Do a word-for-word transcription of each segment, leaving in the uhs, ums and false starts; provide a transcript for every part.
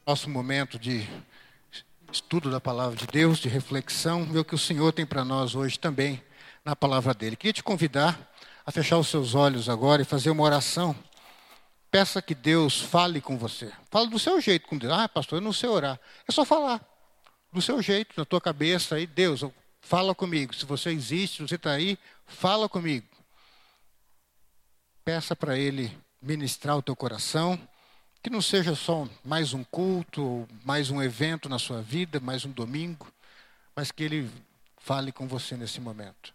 Nosso momento de estudo da palavra de Deus, de reflexão, ver o que o Senhor tem para nós hoje também na palavra dele. Queria te convidar a fechar os seus olhos agora e fazer uma oração. Peça que Deus fale com você. Fala do seu jeito com Deus. Ah, pastor, eu não sei orar. É só falar do seu jeito, na tua cabeça aí. Deus, fala comigo. Se você existe, se você está aí, fala comigo. Peça para Ele ministrar o teu coração. Que não seja só mais um culto, ou mais um evento na sua vida, mais um domingo, mas que Ele fale com você nesse momento.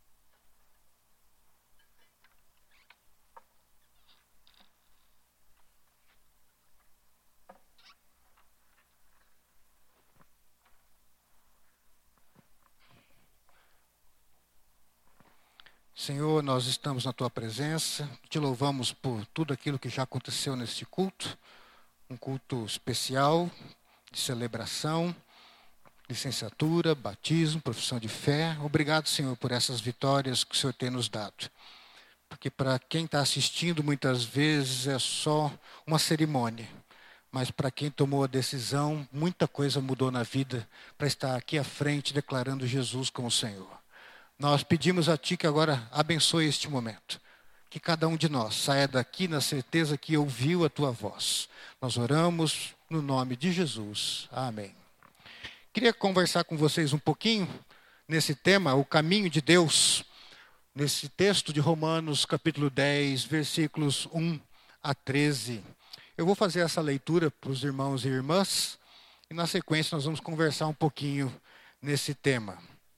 Senhor, nós estamos na Tua presença, te louvamos por tudo aquilo que já aconteceu neste culto, um culto especial, de celebração, licenciatura, batismo, profissão de fé. Obrigado, Senhor, por essas vitórias que o Senhor tem nos dado. Porque para quem está assistindo, muitas vezes é só uma cerimônia. Mas para quem tomou a decisão, muita coisa mudou na vida para estar aqui à frente declarando Jesus como Senhor. Nós pedimos a Ti que agora abençoe este momento. Que cada um de nós saia daqui na certeza que ouviu a Tua voz. Nós oramos no nome de Jesus. Amém. Queria conversar com vocês um pouquinho nesse tema, o caminho de Deus. Nesse texto de Romanos, capítulo dez, versículos um a treze. Eu vou fazer essa leitura para os irmãos e irmãs. E na sequência nós vamos conversar um pouquinho nesse tema.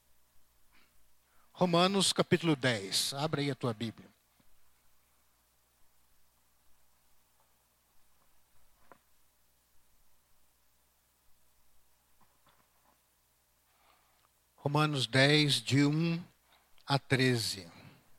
Romanos capítulo dez, abre aí a tua Bíblia. Romanos dez, de um a treze.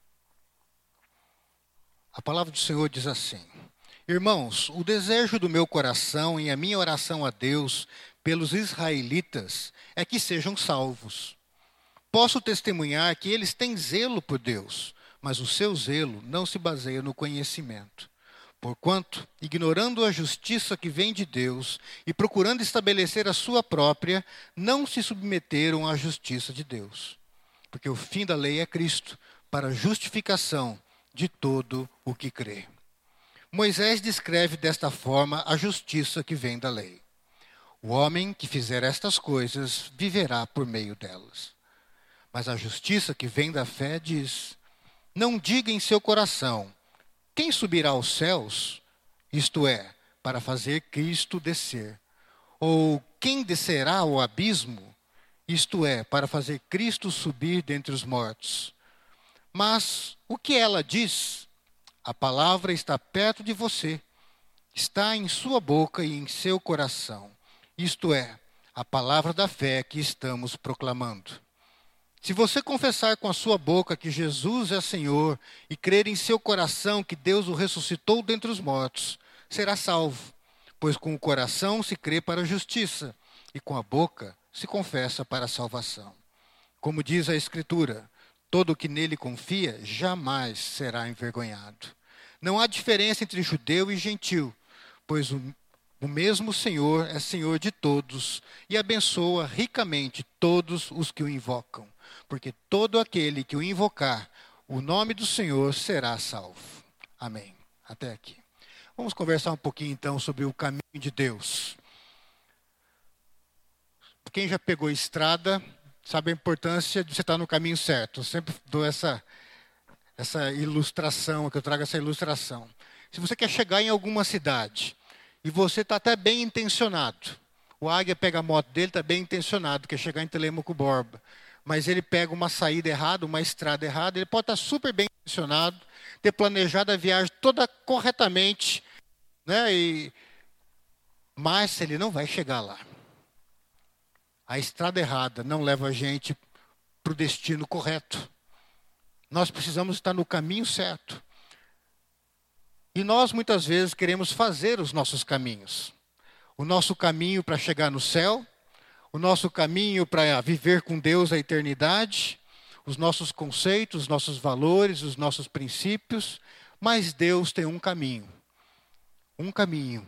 A palavra do Senhor diz assim: Irmãos, o desejo do meu coração e a minha oração a Deus pelos israelitas é que sejam salvos. Posso testemunhar que eles têm zelo por Deus, mas o seu zelo não se baseia no conhecimento. Porquanto, ignorando a justiça que vem de Deus e procurando estabelecer a sua própria, não se submeteram à justiça de Deus. Porque o fim da lei é Cristo, para a justificação de todo o que crê. Moisés descreve desta forma a justiça que vem da lei. O homem que fizer estas coisas viverá por meio delas. Mas a justiça que vem da fé diz: não diga em seu coração, quem subirá aos céus, isto é, para fazer Cristo descer? Ou quem descerá ao abismo, isto é, para fazer Cristo subir dentre os mortos? Mas o que ela diz? A palavra está perto de você, está em sua boca e em seu coração. Isto é, a palavra da fé que estamos proclamando. Se você confessar com a sua boca que Jesus é Senhor e crer em seu coração que Deus o ressuscitou dentre os mortos, será salvo, pois com o coração se crê para a justiça e com a boca se confessa para a salvação. Como diz a Escritura, todo o que nele confia jamais será envergonhado. Não há diferença entre judeu e gentil, pois o, o mesmo Senhor é Senhor de todos e abençoa ricamente todos os que o invocam. Porque todo aquele que o invocar, o nome do Senhor será salvo. Amém. Até aqui. Vamos conversar um pouquinho então sobre o caminho de Deus. Quem já pegou estrada sabe a importância de você estar no caminho certo. Eu sempre dou essa, essa ilustração, que eu trago essa ilustração. Se você quer chegar em alguma cidade e você está até bem intencionado, o Águia pega a moto dele, está bem intencionado, quer chegar em Telêmaco Borba, mas ele pega uma saída errada, uma estrada errada, ele pode estar super bem intencionado, ter planejado a viagem toda corretamente, né? E, mas ele não vai chegar lá. A estrada errada não leva a gente para o destino correto. Nós precisamos estar no caminho certo. E nós muitas vezes queremos fazer os nossos caminhos. O nosso caminho para chegar no céu, o nosso caminho para viver com Deus a eternidade, os nossos conceitos, os nossos valores, os nossos princípios, mas Deus tem um caminho. Um caminho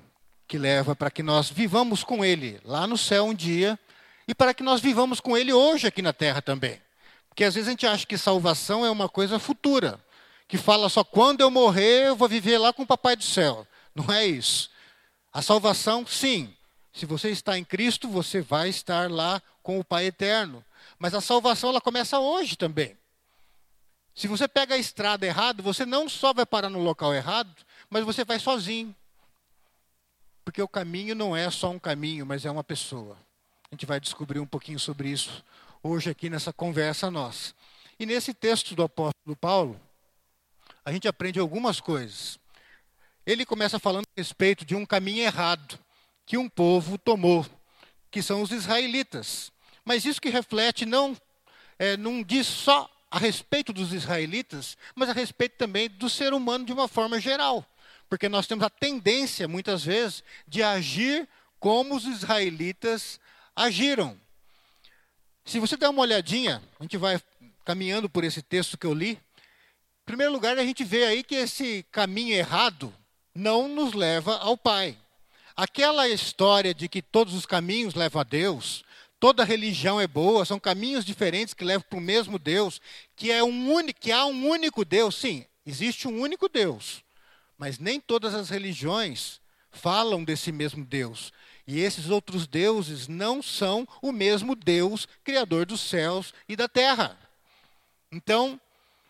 que leva para que nós vivamos com Ele lá no céu um dia e para que nós vivamos com Ele hoje aqui na terra também. Porque às vezes a gente acha que salvação é uma coisa futura, que fala só quando eu morrer eu vou viver lá com o Papai do Céu. Não é isso. A salvação, sim. Se você está em Cristo, você vai estar lá com o Pai eterno. Mas a salvação ela começa hoje também. Se você pega a estrada errada, você não só vai parar no local errado, mas você vai sozinho. Porque o caminho não é só um caminho, mas é uma pessoa. A gente vai descobrir um pouquinho sobre isso hoje aqui nessa conversa nossa. E nesse texto do apóstolo Paulo, a gente aprende algumas coisas. Ele começa falando a respeito de um caminho errado que um povo tomou, que são os israelitas. Mas isso que reflete não, é, não diz só a respeito dos israelitas, mas a respeito também do ser humano de uma forma geral. Porque nós temos a tendência, muitas vezes, de agir como os israelitas agiram. Se você der uma olhadinha, a gente vai caminhando por esse texto que eu li. Em primeiro lugar, a gente vê aí que esse caminho errado não nos leva ao Pai. Aquela história de que todos os caminhos levam a Deus, toda religião é boa, são caminhos diferentes que levam para o mesmo Deus, que, é um único, que há um único Deus. Sim, existe um único Deus. Mas nem todas as religiões falam desse mesmo Deus. E esses outros deuses não são o mesmo Deus, Criador dos céus e da terra. Então,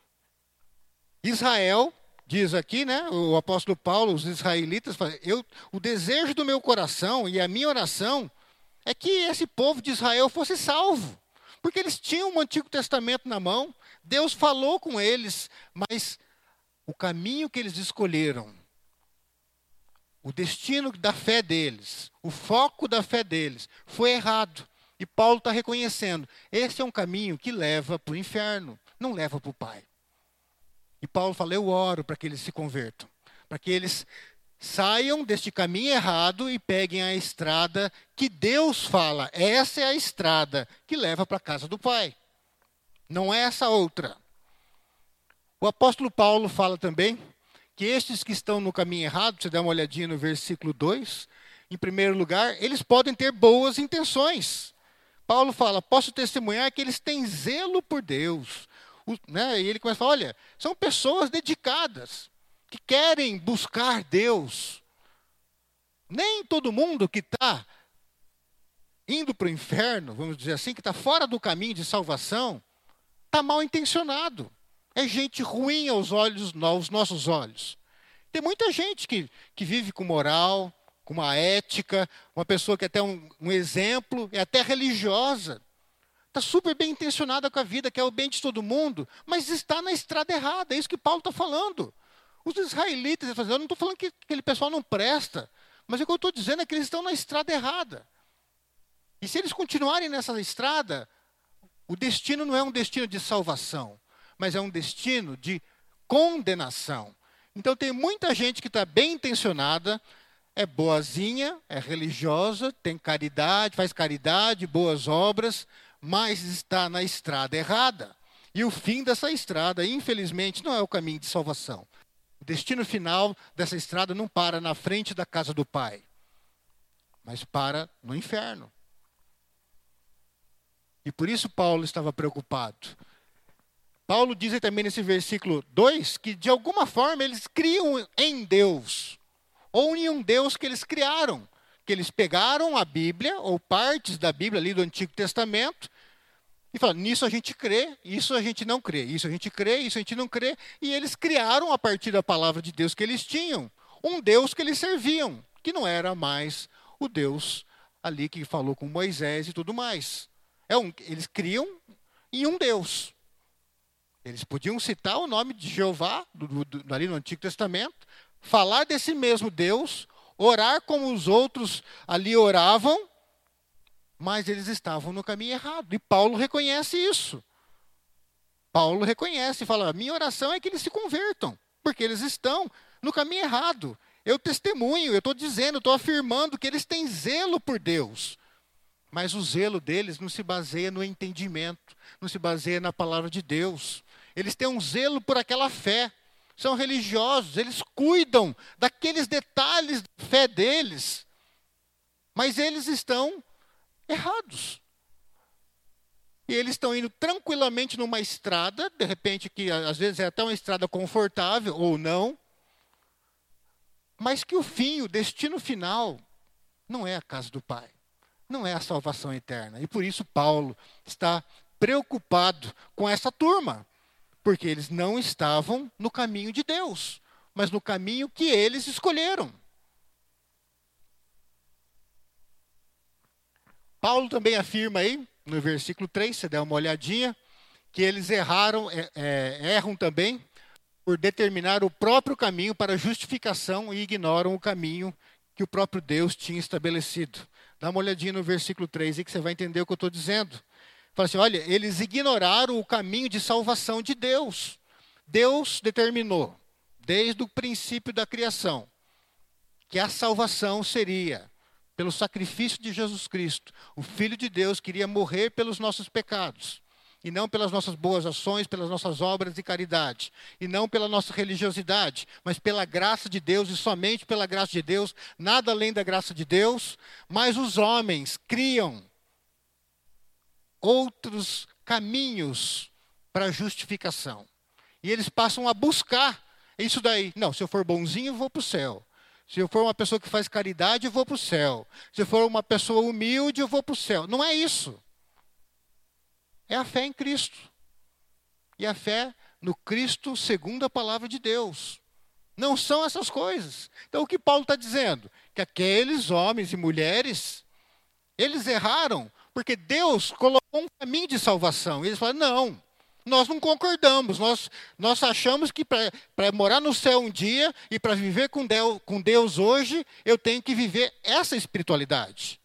Israel, diz aqui, né, o apóstolo Paulo, os israelitas, eu, o desejo do meu coração e a minha oração é que esse povo de Israel fosse salvo. Porque eles tinham o Antigo Testamento na mão, Deus falou com eles, mas o caminho que eles escolheram, o destino da fé deles, o foco da fé deles, foi errado. E Paulo está reconhecendo, esse é um caminho que leva para o inferno, não leva para o Pai. E Paulo fala, eu oro para que eles se convertam, para que eles saiam deste caminho errado e peguem a estrada que Deus fala, essa é a estrada que leva para a casa do Pai. Não é essa outra. O apóstolo Paulo fala também que estes que estão no caminho errado, você dá uma olhadinha no versículo dois, em primeiro lugar, eles podem ter boas intenções. Paulo fala, posso testemunhar que eles têm zelo por Deus. O, né, e ele começa a falar, olha, são pessoas dedicadas, que querem buscar Deus. Nem todo mundo que está indo para o inferno, vamos dizer assim, que está fora do caminho de salvação, está mal intencionado. É gente ruim aos olhos, aos nossos olhos. Tem muita gente que, que vive com moral, com uma ética, uma pessoa que é até um, um exemplo, é até religiosa. Está super bem intencionada com a vida, quer o bem de todo mundo, mas está na estrada errada. É isso que Paulo está falando. Os israelitas, eu não estou falando que aquele pessoal não presta, mas o que eu estou dizendo é que eles estão na estrada errada. E se eles continuarem nessa estrada, o destino não é um destino de salvação, mas é um destino de condenação. Então tem muita gente que está bem intencionada, é boazinha, é religiosa, tem caridade, faz caridade, boas obras, mas está na estrada errada. E o fim dessa estrada, infelizmente, não é o caminho de salvação. O destino final dessa estrada não para na frente da casa do Pai, mas para no inferno. E por isso Paulo estava preocupado. Paulo diz também nesse versículo dois que de alguma forma eles criam em Deus, ou em um Deus que eles criaram, que eles pegaram a Bíblia, ou partes da Bíblia ali do Antigo Testamento, e falaram, nisso a gente crê, isso a gente não crê, isso a gente crê, isso a gente não crê, e eles criaram a partir da palavra de Deus que eles tinham, um Deus que eles serviam, que não era mais o Deus ali que falou com Moisés e tudo mais. É um, eles criam em um Deus. Eles podiam citar o nome de Jeová, do, do, ali no Antigo Testamento, falar desse mesmo Deus, orar como os outros ali oravam, mas eles estavam no caminho errado. E Paulo reconhece isso. Paulo reconhece e fala, a minha oração é que eles se convertam, porque eles estão no caminho errado. Eu testemunho, eu estou dizendo, estou afirmando que eles têm zelo por Deus. Mas o zelo deles não se baseia no entendimento, não se baseia na palavra de Deus. Eles têm um zelo por aquela fé. São religiosos, eles cuidam daqueles detalhes da fé deles. Mas eles estão errados. E eles estão indo tranquilamente numa estrada, de repente que às vezes é até uma estrada confortável ou não, mas que o fim, o destino final, não é a casa do Pai, não é a salvação eterna. E por isso Paulo está preocupado com essa turma, porque eles não estavam no caminho de Deus, mas no caminho que eles escolheram. Paulo também afirma aí, no versículo três, se der uma olhadinha, que eles erraram, é, é, erram também por determinar o próprio caminho para justificação e ignoram o caminho que o próprio Deus tinha estabelecido. Dá uma olhadinha no versículo três aí que você vai entender o que eu estou dizendo. Fala assim, olha, eles ignoraram o caminho de salvação de Deus. Deus determinou, desde o princípio da criação, que a salvação seria pelo sacrifício de Jesus Cristo. O Filho de Deus queria morrer pelos nossos pecados. E não pelas nossas boas ações, pelas nossas obras de caridade. E não pela nossa religiosidade, mas pela graça de Deus e somente pela graça de Deus, nada além da graça de Deus. Mas os homens criam outros caminhos para a justificação. E eles passam a buscar isso daí. Não, se eu for bonzinho, eu vou para o céu. Se eu for uma pessoa que faz caridade, eu vou para o céu. Se eu for uma pessoa humilde, eu vou para o céu. Não é isso. É a fé em Cristo. E a fé no Cristo segundo a palavra de Deus. Não são essas coisas. Então o que Paulo está dizendo? Que aqueles homens e mulheres, eles erraram porque Deus colocou um caminho de salvação. E eles falaram, não, nós não concordamos. Nós, nós achamos que para morar no céu um dia e para viver com Deus, com Deus hoje, eu tenho que viver essa espiritualidade.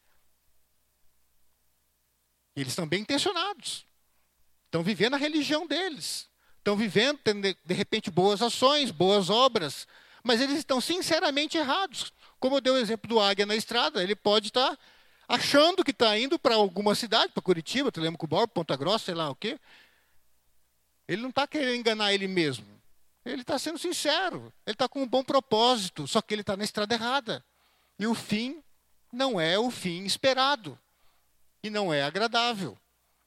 E eles estão bem intencionados. Estão vivendo a religião deles. Estão vivendo, tendo, de repente, boas ações, boas obras. Mas eles estão sinceramente errados. Como eu dei o exemplo do águia na estrada, ele pode estar achando que está indo para alguma cidade, para Curitiba, Telemaco-Borba, Ponta Grossa, sei lá o quê. Ele não está querendo enganar ele mesmo. Ele está sendo sincero. Ele está com um bom propósito, só que ele está na estrada errada. E o fim não é o fim esperado. E não é agradável.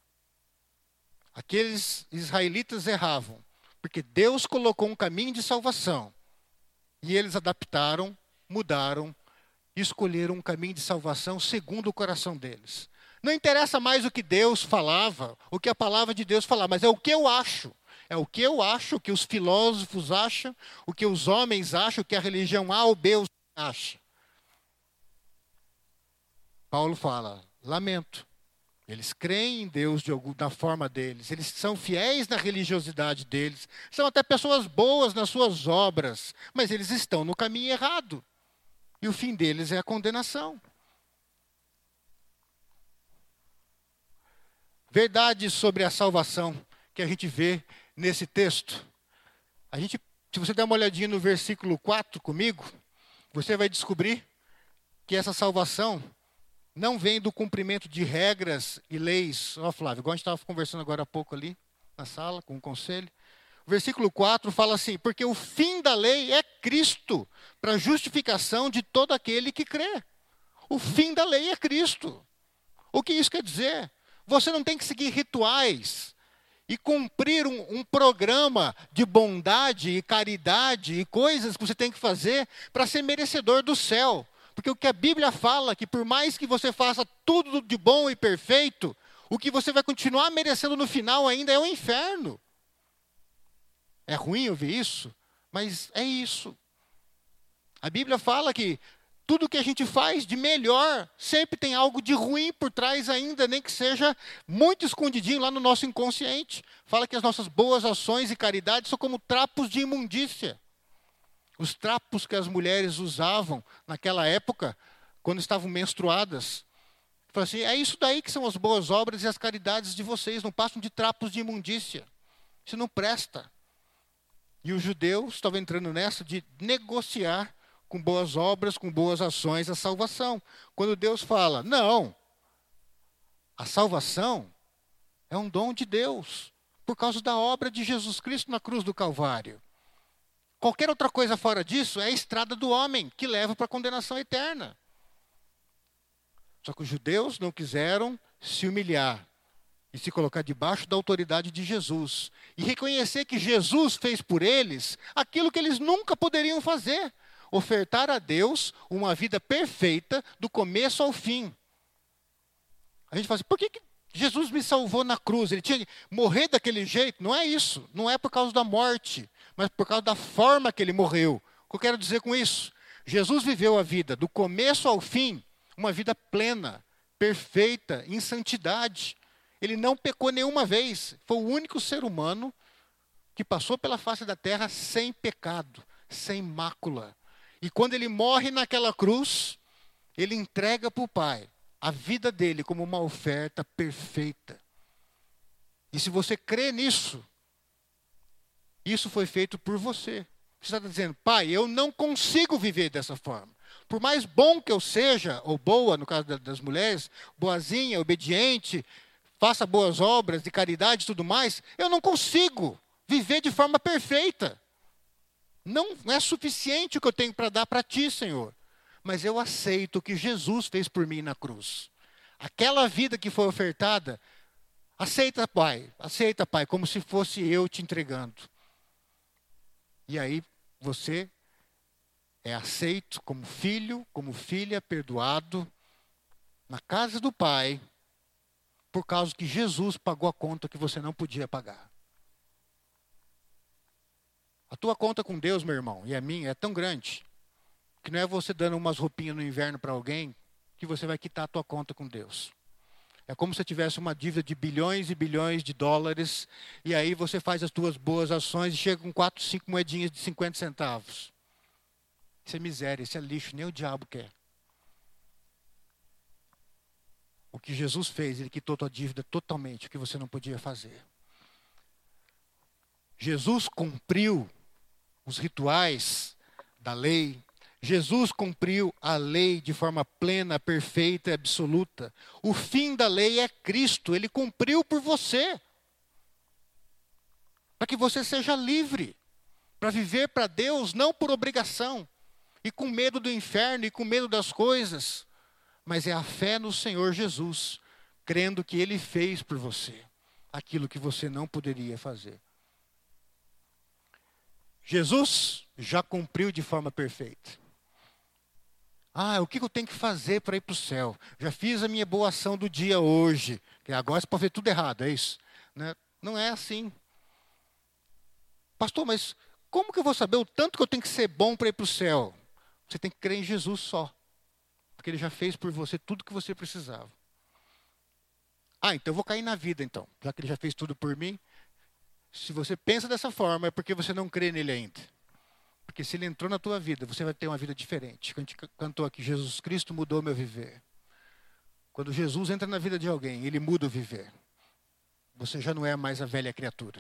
Aqueles israelitas erravam, porque Deus colocou um caminho de salvação. E eles adaptaram, mudaram, e escolheram um caminho de salvação segundo o coração deles. Não interessa mais o que Deus falava, o que a palavra de Deus falava, mas é o que eu acho. É o que eu acho, o que os filósofos acham, o que os homens acham, o que a religião A ou B acha. Paulo fala, lamento. Eles creem em Deus de alguma, da forma deles. Eles são fiéis na religiosidade deles. São até pessoas boas nas suas obras. Mas eles estão no caminho errado. E o fim deles é a condenação. Verdades sobre a salvação que a gente vê nesse texto. A gente, se você der uma olhadinha no versículo quatro comigo, você vai descobrir que essa salvação não vem do cumprimento de regras e leis. Ó, Flávio, igual a gente estava conversando agora há pouco ali, na sala, com o conselho. O versículo quatro fala assim, porque o fim da lei é Cristo, para a justificação de todo aquele que crê. O fim da lei é Cristo. O que isso quer dizer? Você não tem que seguir rituais e cumprir um, um programa de bondade e caridade e coisas que você tem que fazer para ser merecedor do céu. Porque o que a Bíblia fala, que por mais que você faça tudo de bom e perfeito, o que você vai continuar merecendo no final ainda é o inferno. É ruim ouvir isso, mas é isso. A Bíblia fala que tudo que a gente faz de melhor, sempre tem algo de ruim por trás ainda, nem que seja muito escondidinho lá no nosso inconsciente. Fala que as nossas boas ações e caridades são como trapos de imundícia. Os trapos que as mulheres usavam naquela época, quando estavam menstruadas. Fala assim, é isso daí que são as boas obras e as caridades de vocês, não passam de trapos de imundícia. Isso não presta. E os judeus estavam entrando nessa de negociar com boas obras, com boas ações, a salvação. Quando Deus fala, não, a salvação é um dom de Deus, por causa da obra de Jesus Cristo na cruz do Calvário. Qualquer outra coisa fora disso é a estrada do homem, que leva para a condenação eterna. Só que os judeus não quiseram se humilhar e se colocar debaixo da autoridade de Jesus. E reconhecer que Jesus fez por eles aquilo que eles nunca poderiam fazer. Ofertar a Deus uma vida perfeita do começo ao fim. A gente fala assim, por que, que Jesus me salvou na cruz? Ele tinha que morrer daquele jeito? Não é isso. Não é por causa da morte, mas por causa da forma que ele morreu. O que eu quero dizer com isso? Jesus viveu a vida do começo ao fim, uma vida plena, perfeita, em santidade. Ele não pecou nenhuma vez. Foi o único ser humano que passou pela face da terra sem pecado, sem mácula. E quando ele morre naquela cruz, ele entrega para o Pai a vida dele como uma oferta perfeita. E se você crê nisso, isso foi feito por você. Você está dizendo, Pai, eu não consigo viver dessa forma. Por mais bom que eu seja, ou boa, no caso das mulheres, boazinha, obediente, faça boas obras de caridade e tudo mais, eu não consigo viver de forma perfeita. Não é suficiente o que eu tenho para dar para ti, Senhor. Mas eu aceito o que Jesus fez por mim na cruz. Aquela vida que foi ofertada, aceita, Pai, aceita, Pai, como se fosse eu te entregando. E aí você é aceito como filho, como filha, perdoado, na casa do Pai, por causa que Jesus pagou a conta que você não podia pagar. A tua conta com Deus, meu irmão, e a minha, é tão grande, que não é você dando umas roupinhas no inverno para alguém, que você vai quitar a tua conta com Deus. É como se tivesse uma dívida de bilhões e bilhões de dólares, e aí você faz as tuas boas ações e chega com quatro, cinco moedinhas de cinquenta centavos. Isso é miséria, isso é lixo, nem o diabo quer. O que Jesus fez, ele quitou tua dívida totalmente, o que você não podia fazer. Jesus cumpriu os rituais da lei. Jesus cumpriu a lei de forma plena, perfeita e absoluta. O fim da lei é Cristo. Ele cumpriu por você. Para que você seja livre. Para viver para Deus, não por obrigação. E com medo do inferno e com medo das coisas. Mas é a fé no Senhor Jesus. Crendo que Ele fez por você aquilo que você não poderia fazer. Jesus já cumpriu de forma perfeita. Ah, o que eu tenho que fazer para ir para o céu? Já fiz a minha boa ação do dia hoje. Agora você pode ver tudo errado, é isso? Né? Não é assim. Pastor, mas como que eu vou saber o tanto que eu tenho que ser bom para ir para o céu? Você tem que crer em Jesus só. Porque Ele já fez por você tudo que você precisava. Ah, então eu vou cair na vida então. Já que Ele já fez tudo por mim. Se você pensa dessa forma, é porque você não crê nele ainda. Porque se ele entrou na tua vida, você vai ter uma vida diferente. Quando a gente cantou aqui, Jesus Cristo mudou meu viver. Quando Jesus entra na vida de alguém, ele muda o viver. Você já não é mais a velha criatura.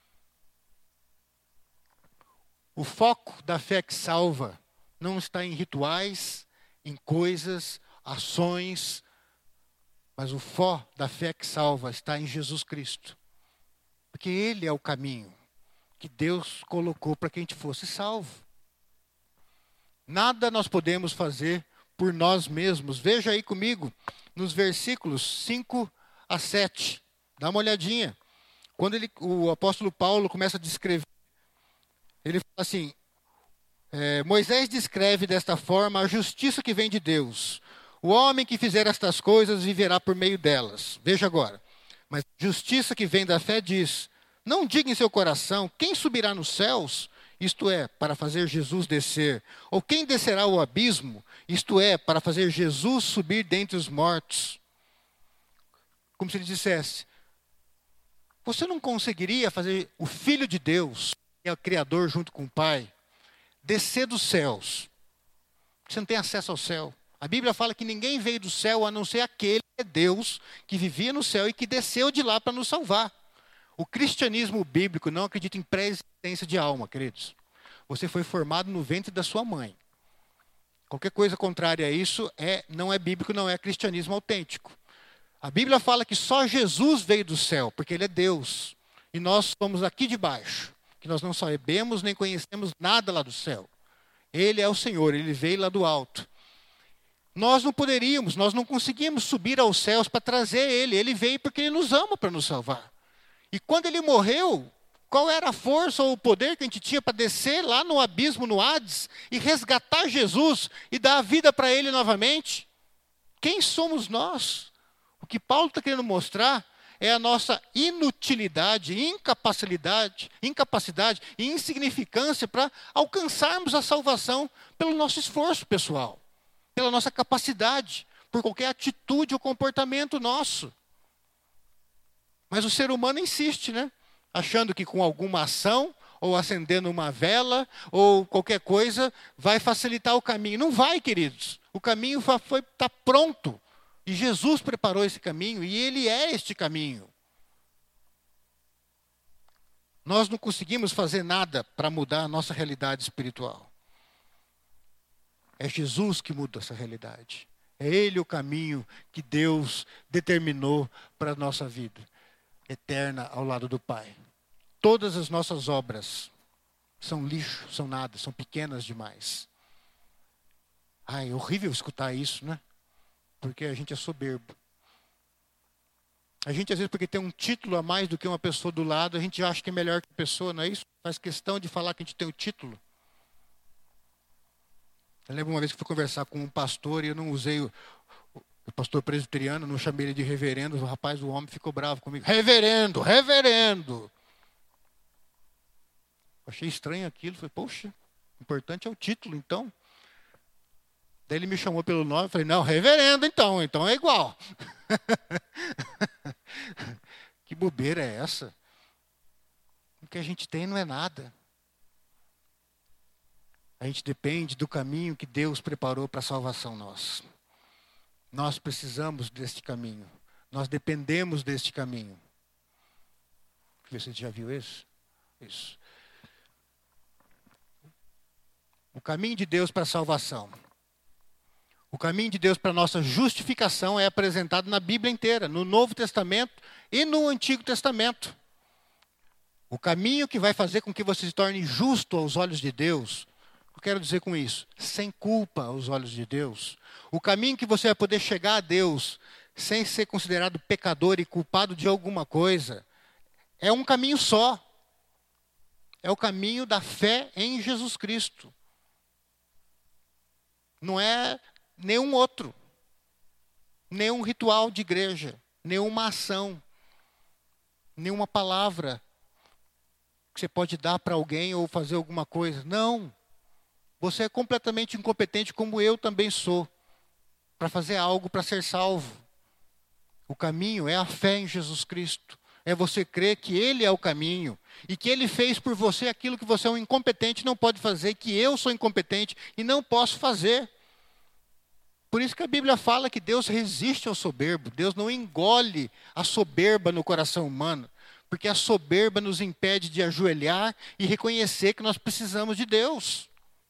O foco da fé que salva não está em rituais, em coisas, ações, mas o foco da fé que salva está em Jesus Cristo. Porque Ele é o caminho que Deus colocou para que a gente fosse salvo. Nada nós podemos fazer por nós mesmos. Veja aí comigo, nos versículos cinco a sete. Dá uma olhadinha. Quando ele, o apóstolo Paulo começa a descrever, ele fala assim, é, Moisés descreve desta forma a justiça que vem de Deus. O homem que fizer estas coisas viverá por meio delas. Veja agora. Mas a justiça que vem da fé diz, não diga em seu coração, quem subirá nos céus? Isto é, para fazer Jesus descer. Ou quem descerá ao abismo? Isto é, para fazer Jesus subir dentre os mortos. Como se ele dissesse, você não conseguiria fazer o Filho de Deus, que é o Criador junto com o Pai, descer dos céus. Você não tem acesso ao céu. A Bíblia fala que ninguém veio do céu a não ser aquele que é Deus, que vivia no céu e que desceu de lá para nos salvar. O cristianismo bíblico não acredita em pré-existência de alma, queridos. Você foi formado no ventre da sua mãe. Qualquer coisa contrária a isso é, não é bíblico, não é cristianismo autêntico. A Bíblia fala que só Jesus veio do céu, porque Ele é Deus. E nós somos aqui de baixo, que nós não sabemos nem conhecemos nada lá do céu. Ele é o Senhor, Ele veio lá do alto. Nós não poderíamos, nós não conseguimos subir aos céus para trazer Ele. Ele veio porque Ele nos ama para nos salvar. E quando Ele morreu, qual era a força ou o poder que a gente tinha para descer lá no abismo, no Hades, e resgatar Jesus e dar a vida para Ele novamente? Quem somos nós? O que Paulo está querendo mostrar é a nossa inutilidade, incapacidade, incapacidade e insignificância para alcançarmos a salvação pelo nosso esforço pessoal, pela nossa capacidade, por qualquer atitude ou comportamento nosso. Mas o ser humano insiste, né? Achando que com alguma ação, ou acendendo uma vela, ou qualquer coisa, vai facilitar o caminho. Não vai, queridos. O caminho está pronto. E Jesus preparou esse caminho, e Ele é este caminho. Nós não conseguimos fazer nada para mudar a nossa realidade espiritual. É Jesus que muda essa realidade. É Ele o caminho que Deus determinou para a nossa vida eterna ao lado do Pai. Todas as nossas obras são lixo, são nada, são pequenas demais. Ai, é horrível escutar isso, né? Porque a gente é soberbo. A gente, às vezes, porque tem um título a mais do que uma pessoa do lado, a gente acha que é melhor que a pessoa, não é isso? Faz questão de falar que a gente tem o título. Eu lembro uma vez que fui conversar com um pastor e eu não usei o, o pastor presbiteriano, não chamei ele de reverendo, o rapaz, o homem ficou bravo comigo. Reverendo, reverendo. Achei estranho aquilo, falei, poxa, o importante é o título, então. Daí ele me chamou pelo nome, falei, não, reverendo então, então é igual. Que bobeira é essa? O que a gente tem não é nada. A gente depende do caminho que Deus preparou para a salvação nossa. Nós precisamos deste caminho. Nós dependemos deste caminho. Deixa eu ver se você já viu isso. Isso. O caminho de Deus para a salvação. O caminho de Deus para a nossa justificação é apresentado na Bíblia inteira, no Novo Testamento e no Antigo Testamento. O caminho que vai fazer com que você se torne justo aos olhos de Deus, eu quero dizer com isso, sem culpa aos olhos de Deus. O caminho que você vai poder chegar a Deus sem ser considerado pecador e culpado de alguma coisa, é um caminho só. É o caminho da fé em Jesus Cristo. Não é nenhum outro, nenhum ritual de igreja, nenhuma ação, nenhuma palavra que você pode dar para alguém ou fazer alguma coisa. Não. Você é completamente incompetente, como eu também sou, para fazer algo para ser salvo. O caminho é a fé em Jesus Cristo. É você crer que Ele é o caminho e que Ele fez por você aquilo que você é um incompetente não pode fazer, que eu sou incompetente e não posso fazer. Por isso que a Bíblia fala que Deus resiste ao soberbo. Deus não engole a soberba no coração humano, porque a soberba nos impede de ajoelhar e reconhecer que nós precisamos de Deus.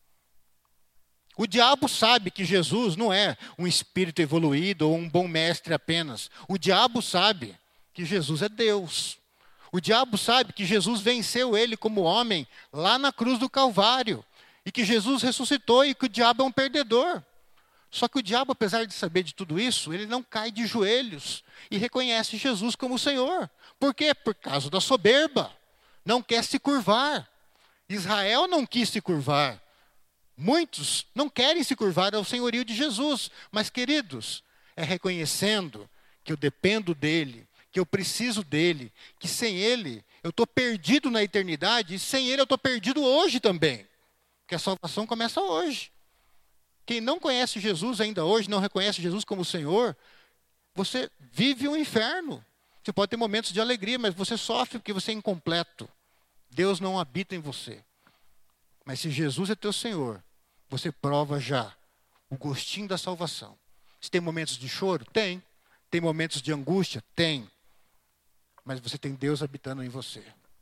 O diabo sabe que Jesus não é um espírito evoluído ou um bom mestre apenas. O diabo sabe que Jesus é Deus. O diabo sabe que Jesus venceu ele como homem lá na cruz do Calvário. E que Jesus ressuscitou e que o diabo é um perdedor. Só que o diabo, apesar de saber de tudo isso, ele não cai de joelhos e reconhece Jesus como o Senhor. Por quê? Por causa da soberba. Não quer se curvar. Israel não quis se curvar. Muitos não querem se curvar ao senhorio de Jesus. Mas, queridos, é reconhecendo que eu dependo dele, que eu preciso dele, que sem ele eu estou perdido na eternidade e sem ele eu estou perdido hoje também. Porque a salvação começa hoje. Quem não conhece Jesus ainda hoje, não reconhece Jesus como Senhor, você vive um inferno. Você pode ter momentos de alegria, mas você sofre porque você é incompleto. Deus não habita em você. Mas se Jesus é teu Senhor, você prova já o gostinho da salvação. Se tem momentos de choro? Tem. Tem momentos de angústia? Tem. Mas você tem Deus habitando em você.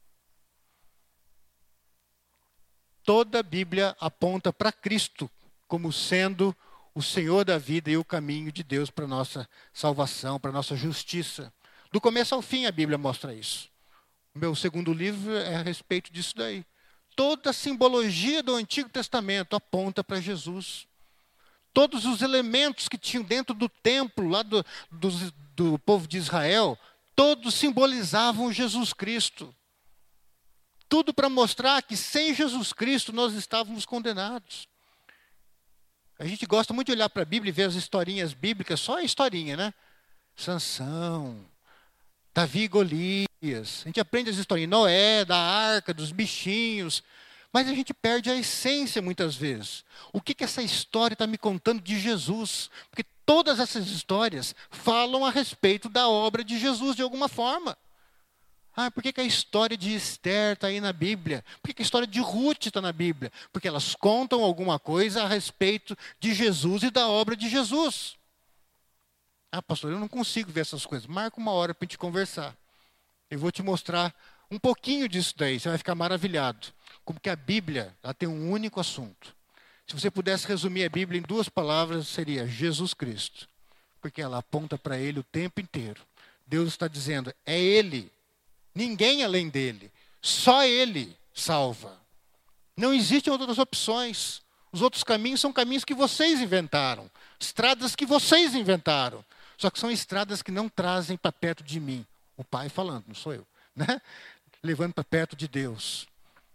Toda a Bíblia aponta para Cristo como sendo o Senhor da vida e o caminho de Deus para a nossa salvação, para a nossa justiça. Do começo ao fim a Bíblia mostra isso. O meu segundo livro é a respeito disso daí. Toda a simbologia do Antigo Testamento aponta para Jesus. Todos os elementos que tinham dentro do templo, lá do, do, do povo de Israel, todos simbolizavam Jesus Cristo. Tudo para mostrar que sem Jesus Cristo nós estávamos condenados. A gente gosta muito de olhar para a Bíblia e ver as historinhas bíblicas, só a historinha, né? Sansão, Davi e Golias. A gente aprende as historinhas, Noé, da arca, dos bichinhos. Mas a gente perde a essência muitas vezes. O que, que essa história está me contando de Jesus? Porque todas essas histórias falam a respeito da obra de Jesus de alguma forma. Ah, por que, que a história de Esther está aí na Bíblia? Por que, que a história de Ruth está na Bíblia? Porque elas contam alguma coisa a respeito de Jesus e da obra de Jesus. Ah, pastor, eu não consigo ver essas coisas. Marca uma hora para a gente conversar. Eu vou te mostrar um pouquinho disso daí. Você vai ficar maravilhado. Como que a Bíblia ela tem um único assunto. Se você pudesse resumir a Bíblia em duas palavras, seria Jesus Cristo. Porque ela aponta para Ele o tempo inteiro. Deus está dizendo, é Ele. Ninguém além dele. Só Ele salva. Não existem outras opções. Os outros caminhos são caminhos que vocês inventaram. Estradas que vocês inventaram. Só que são estradas que não trazem para perto de mim. O Pai falando, não sou eu. Né? Levando para perto de Deus.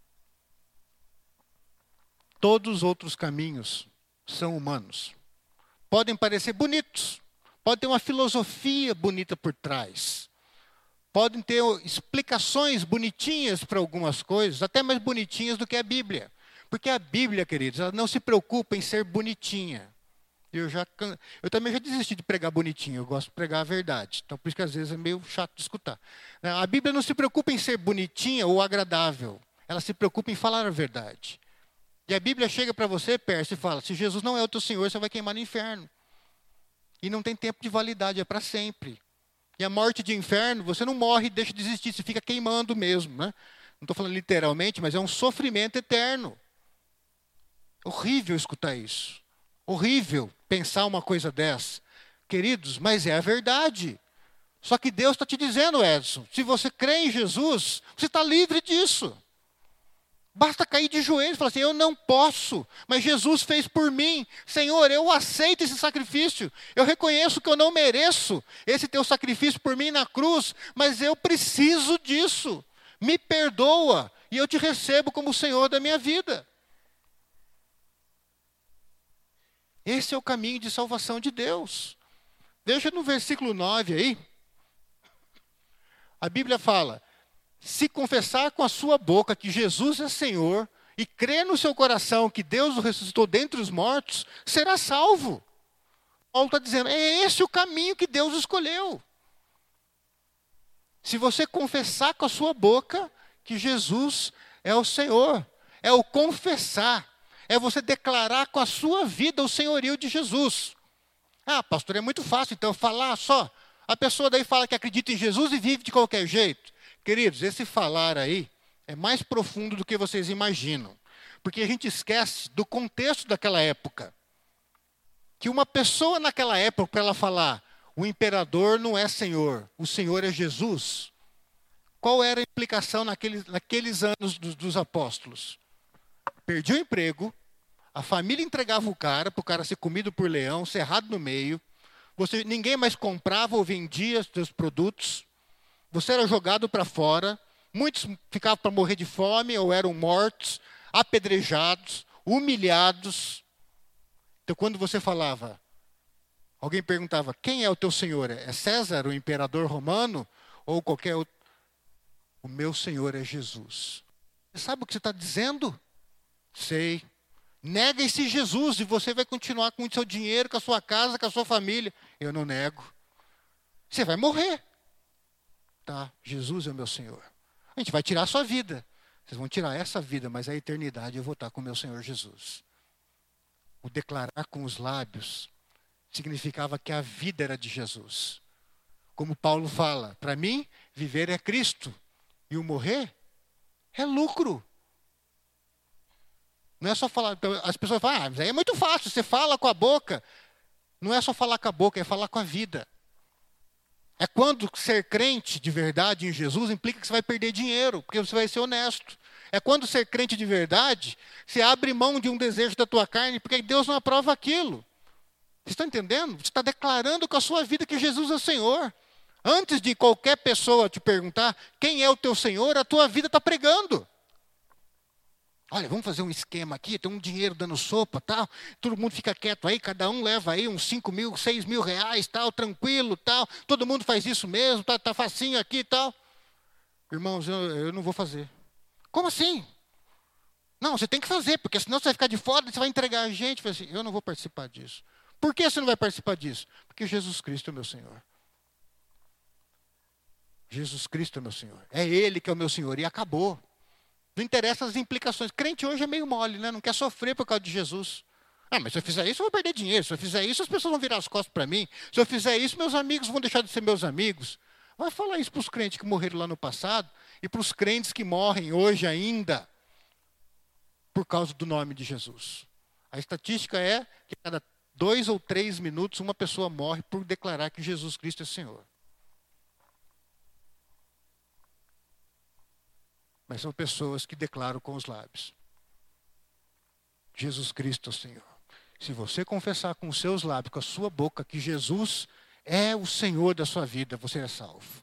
Todos os outros caminhos são humanos. Podem parecer bonitos. Pode ter uma filosofia bonita por trás. Podem ter explicações bonitinhas para algumas coisas, até mais bonitinhas do que a Bíblia. Porque a Bíblia, queridos, ela não se preocupa em ser bonitinha. Eu, já, eu também já desisti de pregar bonitinho, eu gosto de pregar a verdade. Então, por isso que às vezes é meio chato de escutar. A Bíblia não se preocupa em ser bonitinha ou agradável. Ela se preocupa em falar a verdade. E a Bíblia chega para você, Pércio, e fala, se Jesus não é o teu Senhor, você vai queimar no inferno. E não tem tempo de validade, é para sempre. E a morte de inferno, você não morre e deixa de existir, você fica queimando mesmo. Né? Não estou falando literalmente, mas é um sofrimento eterno. Horrível escutar isso. Horrível pensar uma coisa dessa. Queridos, mas é a verdade. Só que Deus está te dizendo, Edson, se você crê em Jesus, você está livre disso. Basta cair de joelhos e falar assim, eu não posso, mas Jesus fez por mim. Senhor, eu aceito esse sacrifício. Eu reconheço que eu não mereço esse teu sacrifício por mim na cruz, mas eu preciso disso. Me perdoa e eu te recebo como o Senhor da minha vida. Esse é o caminho de salvação de Deus. Veja no versículo nove aí. A Bíblia fala, se confessar com a sua boca que Jesus é Senhor e crer no seu coração que Deus o ressuscitou dentre os mortos, será salvo. Paulo está dizendo, é esse o caminho que Deus escolheu. Se você confessar com a sua boca que Jesus é o Senhor, é o confessar, é você declarar com a sua vida o senhorio de Jesus. Ah, pastor, é muito fácil então falar só. A pessoa daí fala que acredita em Jesus e vive de qualquer jeito. Queridos, esse falar aí é mais profundo do que vocês imaginam. Porque a gente esquece do contexto daquela época. Que uma pessoa naquela época, para ela falar, o imperador não é Senhor, o Senhor é Jesus. Qual era a implicação naqueles, naqueles anos dos, dos apóstolos? Perdia o emprego, a família entregava o cara, para o cara ser comido por leão, cerrado no meio. Você, ninguém mais comprava ou vendia os seus produtos. Você era jogado para fora, muitos ficavam para morrer de fome ou eram mortos, apedrejados, humilhados. Então, quando você falava, alguém perguntava, quem é o teu Senhor? É César, o imperador romano? Ou qualquer outro? O meu Senhor é Jesus. Você sabe o que você está dizendo? Sei. Nega esse Jesus e você vai continuar com o seu dinheiro, com a sua casa, com a sua família. Eu não nego. Você vai morrer. Tá, Jesus é o meu Senhor. A gente vai tirar a sua vida. Vocês vão tirar essa vida, mas a eternidade eu vou estar com o meu Senhor Jesus. O declarar com os lábios significava que a vida era de Jesus. Como Paulo fala, para mim, viver é Cristo e o morrer é lucro. Não é só falar, as pessoas falam, ah, mas aí é muito fácil, você fala com a boca. Não é só falar com a boca, é falar com a vida. É quando ser crente de verdade em Jesus implica que você vai perder dinheiro, porque você vai ser honesto. É quando ser crente de verdade, você abre mão de um desejo da tua carne, porque Deus não aprova aquilo. Você está entendendo? Você está declarando com a sua vida que Jesus é o Senhor. Antes de qualquer pessoa te perguntar quem é o teu Senhor, a tua vida está pregando. Olha, vamos fazer um esquema aqui, tem um dinheiro dando sopa, tal. Todo mundo fica quieto aí, cada um leva aí uns cinco mil, seis mil reais, tal, tranquilo, tal. Todo mundo faz isso mesmo, tá, tá facinho aqui, tal. Irmãos, eu, eu não vou fazer. Como assim? Não, você tem que fazer, porque senão você vai ficar de fora e você vai entregar a gente. Eu, assim, eu não vou participar disso. Por que você não vai participar disso? Porque Jesus Cristo é meu Senhor. Jesus Cristo é meu Senhor. É Ele que é o meu Senhor e acabou. Não interessa as implicações. Crente hoje é meio mole, né? Não quer sofrer por causa de Jesus. Ah, mas se eu fizer isso, eu vou perder dinheiro. Se eu fizer isso, as pessoas vão virar as costas para mim. Se eu fizer isso, meus amigos vão deixar de ser meus amigos. Vai falar isso para os crentes que morreram lá no passado e para os crentes que morrem hoje ainda por causa do nome de Jesus. A estatística é que cada dois ou três minutos uma pessoa morre por declarar que Jesus Cristo é Senhor. Mas são pessoas que declaram com os lábios. Jesus Cristo é o Senhor. Se você confessar com os seus lábios, com a sua boca, que Jesus é o Senhor da sua vida, você é salvo.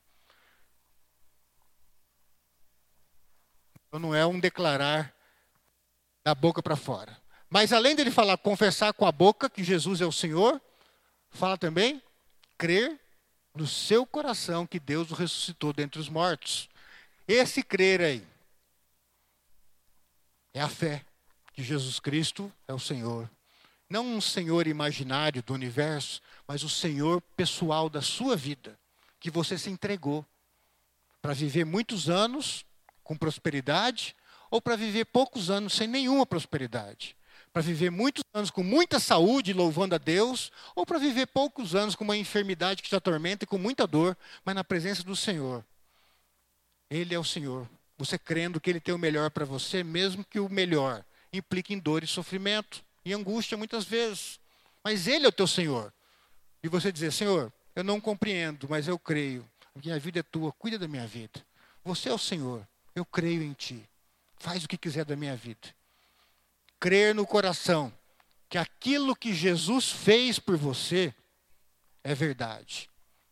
Então não é um declarar da boca para fora. Mas além dele falar, confessar com a boca que Jesus é o Senhor, fala também, crer no seu coração que Deus o ressuscitou dentre os mortos. Esse crer aí é a fé que Jesus Cristo é o Senhor. Não um Senhor imaginário do universo, mas o Senhor pessoal da sua vida, que você se entregou para viver muitos anos com prosperidade ou para viver poucos anos sem nenhuma prosperidade. Para viver muitos anos com muita saúde, louvando a Deus, ou para viver poucos anos com uma enfermidade que te atormenta e com muita dor, mas na presença do Senhor. Ele é o Senhor. Você crendo que Ele tem o melhor para você, mesmo que o melhor implique em dor e sofrimento, e angústia muitas vezes. Mas Ele é o teu Senhor. E você dizer, Senhor, eu não compreendo, mas eu creio. A minha vida é tua, cuida da minha vida. Você é o Senhor, eu creio em Ti. Faz o que quiser da minha vida. Crer no coração que aquilo que Jesus fez por você é verdade.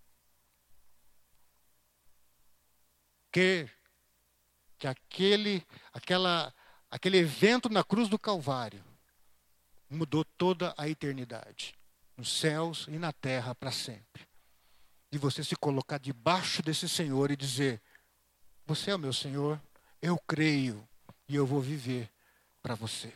Crer que aquele, aquela, aquele evento na cruz do Calvário mudou toda a eternidade, nos céus e na terra para sempre. E você se colocar debaixo desse Senhor e dizer, você é o meu Senhor, eu creio e eu vou viver para você.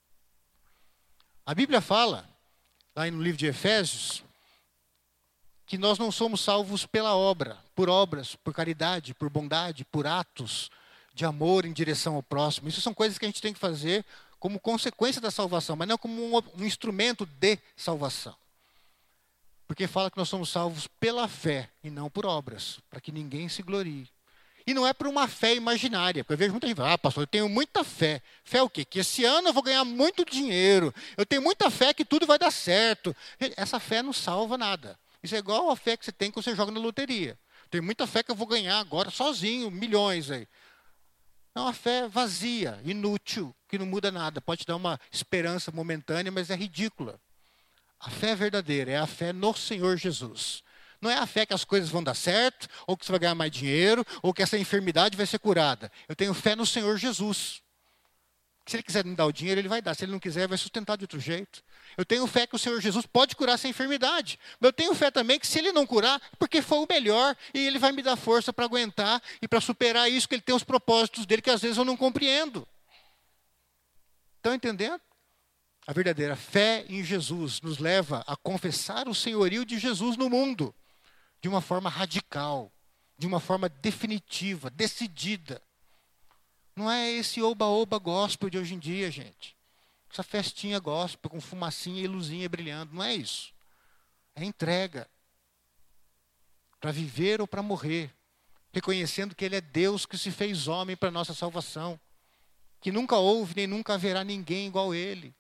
A Bíblia fala, lá no livro de Efésios, que nós não somos salvos pela obra, por obras, por caridade, por bondade, por atos de amor em direção ao próximo. Isso são coisas que a gente tem que fazer como consequência da salvação, mas não como um, um instrumento de salvação. Porque fala que nós somos salvos pela fé e não por obras, para que ninguém se glorie. E não é por uma fé imaginária, porque eu vejo muita gente falar, ah, pastor, eu tenho muita fé. Fé é o quê? Que esse ano eu vou ganhar muito dinheiro. Eu tenho muita fé que tudo vai dar certo. Essa fé não salva nada. Isso é igual a fé que você tem quando você joga na loteria. Tenho muita fé que eu vou ganhar agora sozinho, milhões aí. É uma fé vazia, inútil, que não muda nada. Pode dar uma esperança momentânea, mas é ridícula. A fé verdadeira é a fé no Senhor Jesus. Não é a fé que as coisas vão dar certo, ou que você vai ganhar mais dinheiro, ou que essa enfermidade vai ser curada. Eu tenho fé no Senhor Jesus. Se Ele quiser me dar o dinheiro, Ele vai dar. Se Ele não quiser, vai sustentar de outro jeito. Eu tenho fé que o Senhor Jesus pode curar essa enfermidade. Mas eu tenho fé também que se Ele não curar, é porque foi o melhor, e Ele vai me dar força para aguentar e para superar isso, que Ele tem os propósitos dEle que às vezes eu não compreendo. Estão entendendo? A verdadeira fé em Jesus nos leva a confessar o senhorio de Jesus no mundo, de uma forma radical, de uma forma definitiva, decidida. Não é esse oba-oba gospel de hoje em dia, gente. Essa festinha gospel com fumacinha e luzinha brilhando. Não é isso. É entrega. Para viver ou para morrer. Reconhecendo que Ele é Deus que se fez homem para a nossa salvação. Que nunca houve nem nunca haverá ninguém igual a Ele.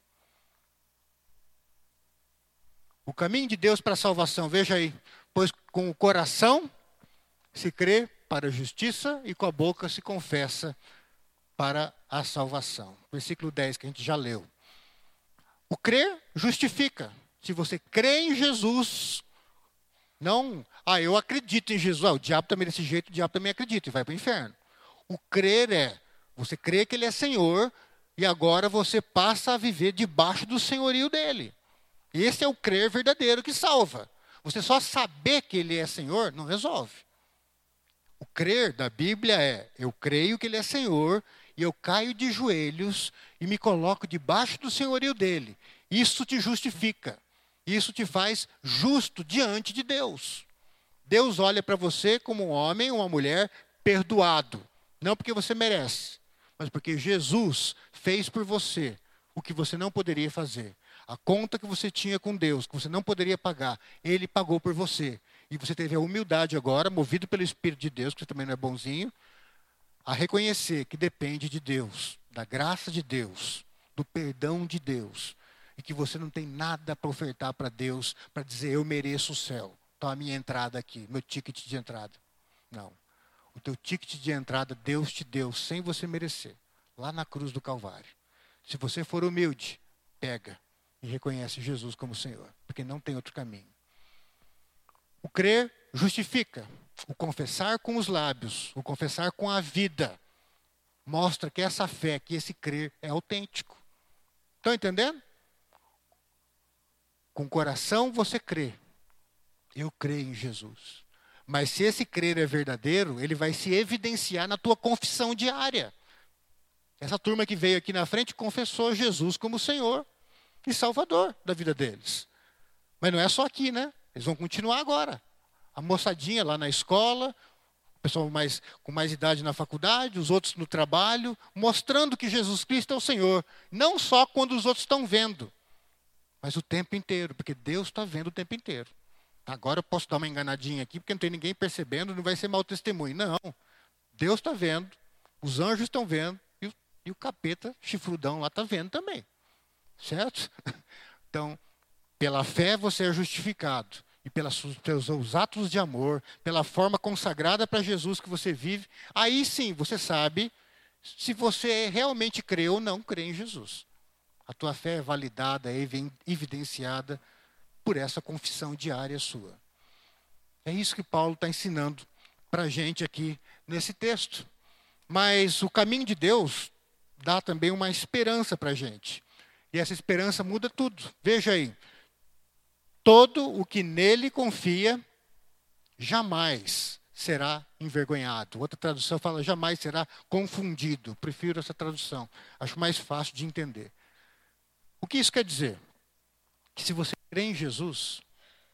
O caminho de Deus para a salvação, veja aí. Pois com o coração se crê para a justiça e com a boca se confessa para a salvação. Versículo dez, que a gente já leu. O crer justifica. Se você crê em Jesus, não, ah, eu acredito em Jesus. Ah, o diabo também desse jeito, o diabo também acredita e vai para o inferno. O crer é, você crê que ele é Senhor e agora você passa a viver debaixo do senhorio dele. Esse é o crer verdadeiro que salva. Você só saber que ele é Senhor não resolve. O crer da Bíblia é, eu creio que ele é Senhor e eu caio de joelhos e me coloco debaixo do senhorio dele. Isso te justifica. Isso te faz justo diante de Deus. Deus olha para você como um homem ou uma mulher perdoado. Não porque você merece, mas porque Jesus fez por você o que você não poderia fazer. A conta que você tinha com Deus, que você não poderia pagar, Ele pagou por você. E você teve a humildade agora, movido pelo Espírito de Deus, que você também não é bonzinho, a reconhecer que depende de Deus, da graça de Deus, do perdão de Deus. E que você não tem nada para ofertar para Deus, para dizer, eu mereço o céu. Então a minha entrada aqui, meu ticket de entrada. Não. O teu ticket de entrada, Deus te deu, sem você merecer, lá na cruz do Calvário. Se você for humilde, pega e reconhece Jesus como Senhor, porque não tem outro caminho. O crer justifica. O confessar com os lábios, o confessar com a vida, mostra que essa fé, que esse crer é autêntico. Estão entendendo? Com o coração você crê. Eu creio em Jesus. Mas se esse crer é verdadeiro, ele vai se evidenciar na tua confissão diária. Essa turma que veio aqui na frente confessou Jesus como Senhor e Salvador da vida deles. Mas não é só aqui, né? Eles vão continuar agora. A moçadinha lá na escola, o pessoal mais, com mais idade na faculdade, os outros no trabalho, mostrando que Jesus Cristo é o Senhor. Não só quando os outros estão vendo, mas o tempo inteiro, porque Deus está vendo o tempo inteiro. Agora eu posso dar uma enganadinha aqui, porque não tem ninguém percebendo, não vai ser mau testemunho. Não, Deus está vendo, os anjos estão vendo, e o, e o capeta chifrudão lá está vendo também. Certo? Então, pela fé você é justificado. E pelas, pelos atos de amor, pela forma consagrada para Jesus que você vive, aí sim você sabe se você realmente crê ou não crê em Jesus. A tua fé é validada, é evidenciada por essa confissão diária sua. É isso que Paulo está ensinando para a gente aqui nesse texto. Mas o caminho de Deus dá também uma esperança para a gente. E essa esperança muda tudo. Veja aí. Todo o que nele confia jamais será envergonhado. Outra tradução fala jamais será confundido. Prefiro essa tradução. Acho mais fácil de entender. O que isso quer dizer? Que se você crê em Jesus,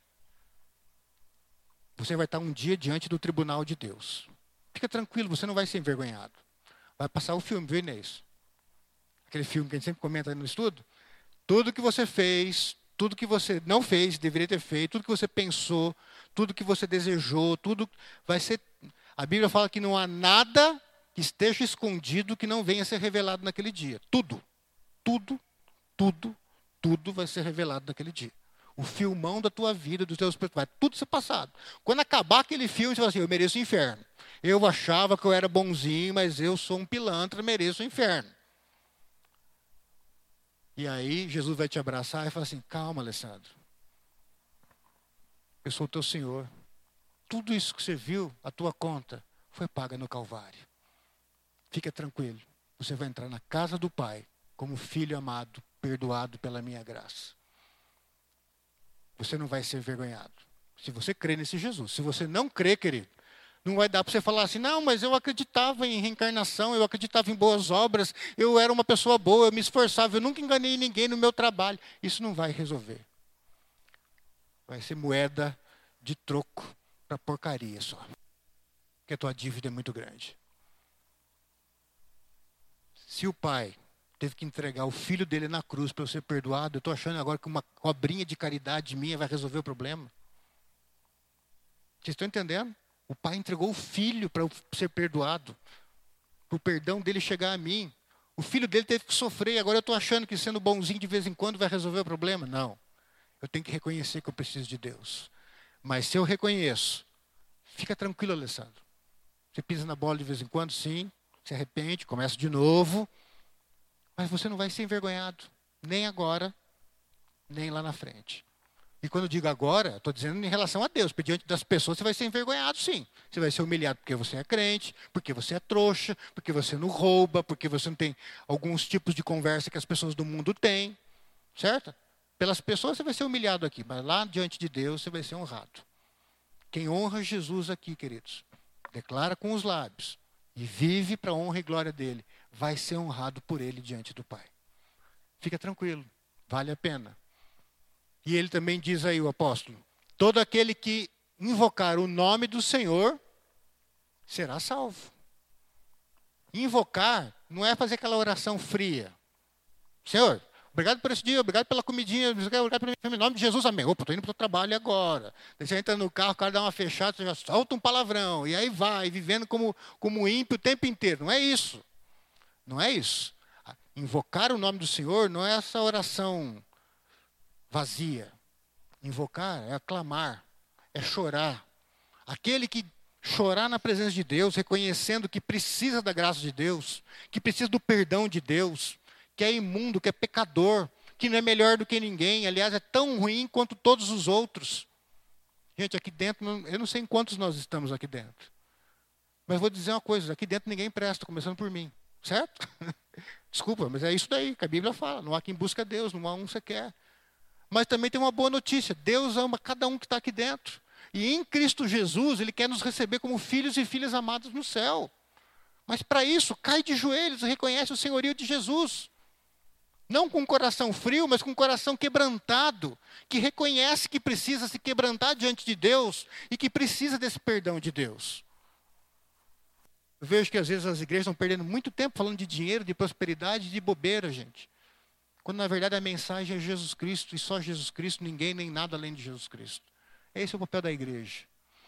você vai estar um dia diante do tribunal de Deus. Fica tranquilo, você não vai ser envergonhado. Vai passar o filme, viu, Inês? Aquele filme que a gente sempre comenta no estudo. Tudo que você fez, tudo que você não fez, deveria ter feito, tudo que você pensou, tudo que você desejou, tudo vai ser... A Bíblia fala que não há nada que esteja escondido que não venha a ser revelado naquele dia. Tudo, tudo, tudo, tudo vai ser revelado naquele dia. O filmão da tua vida, dos teus... vai tudo ser passado. Quando acabar aquele filme, você fala assim, eu mereço o inferno. Eu achava que eu era bonzinho, mas eu sou um pilantra, mereço o inferno. E aí Jesus vai te abraçar e falar assim, calma, Alessandro. Eu sou o teu Senhor. Tudo isso que você viu, a tua conta, foi paga no Calvário. Fica tranquilo. Você vai entrar na casa do Pai, como filho amado, perdoado pela minha graça. Você não vai ser envergonhado. Se você crê nesse Jesus. Se você não crê, querido, não vai dar para você falar assim, não, mas eu acreditava em reencarnação, eu acreditava em boas obras, eu era uma pessoa boa, eu me esforçava, eu nunca enganei ninguém no meu trabalho. Isso não vai resolver. Vai ser moeda de troco para porcaria só. Porque a tua dívida é muito grande. Se o pai teve que entregar o filho dele na cruz para eu ser perdoado, eu estou achando agora que uma cobrinha de caridade minha vai resolver o problema. Vocês estão entendendo? O pai entregou o filho para eu ser perdoado, para o perdão dele chegar a mim. O filho dele teve que sofrer, agora eu estou achando que sendo bonzinho de vez em quando vai resolver o problema. Não. Eu tenho que reconhecer que eu preciso de Deus. Mas se eu reconheço, fica tranquilo, Alessandro. Você pisa na bola de vez em quando, sim, se arrepende, começa de novo. Mas você não vai ser envergonhado, nem agora, nem lá na frente. E quando eu digo agora, estou dizendo em relação a Deus, porque diante das pessoas você vai ser envergonhado, sim. Você vai ser humilhado porque você é crente, porque você é trouxa, porque você não rouba, porque você não tem alguns tipos de conversa que as pessoas do mundo têm, certo? Pelas pessoas você vai ser humilhado aqui, mas lá diante de Deus você vai ser honrado. Quem honra Jesus aqui, queridos, declara com os lábios e vive para a honra e glória dele, vai ser honrado por ele diante do Pai. Fica tranquilo, vale a pena. E ele também diz aí, o apóstolo, todo aquele que invocar o nome do Senhor será salvo. Invocar não é fazer aquela oração fria. Senhor, obrigado por esse dia, obrigado pela comidinha, obrigado pelo em nome de Jesus, amém. Opa, estou indo para o trabalho agora. Daí você entra no carro, o cara dá uma fechada, você já solta um palavrão. E aí vai, vivendo como, como ímpio o tempo inteiro. Não é isso. Não é isso. Invocar o nome do Senhor não é essa oração vazia. Invocar é aclamar, é chorar. Aquele que chorar na presença de Deus, reconhecendo que precisa da graça de Deus, que precisa do perdão de Deus, que é imundo, que é pecador, que não é melhor do que ninguém, aliás, é tão ruim quanto todos os outros. Gente, aqui dentro, eu não sei em quantos nós estamos aqui dentro. Mas vou dizer uma coisa, aqui dentro ninguém presta, começando por mim, certo? Desculpa, mas é isso daí que a Bíblia fala. Não há quem busca Deus, não há um sequer. Mas também tem uma boa notícia. Deus ama cada um que está aqui dentro. E em Cristo Jesus, Ele quer nos receber como filhos e filhas amados no céu. Mas para isso, cai de joelhos e reconhece o senhorio de Jesus. Não com um coração frio, mas com um coração quebrantado. Que reconhece que precisa se quebrantar diante de Deus e que precisa desse perdão de Deus. Eu vejo que às vezes as igrejas estão perdendo muito tempo falando de dinheiro, de prosperidade, de bobeira, gente. Quando na verdade a mensagem é Jesus Cristo e só Jesus Cristo, ninguém nem nada além de Jesus Cristo. Esse é o papel da igreja.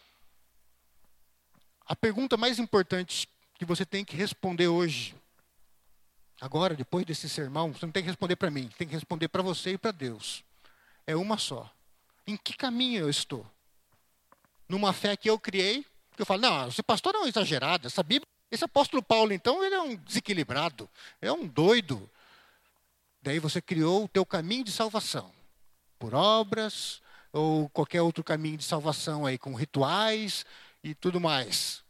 A pergunta mais importante que você tem que responder hoje, agora, depois desse sermão, você não tem que responder para mim, tem que responder para você e para Deus. É uma só. Em que caminho eu estou? Numa fé que eu criei, que eu falo, não, esse pastor é um exagerado, essa Bíblia, esse apóstolo Paulo, então, ele é um desequilibrado, é um doido. Daí você criou o teu caminho de salvação, por obras, ou qualquer outro caminho de salvação aí, com rituais e tudo mais.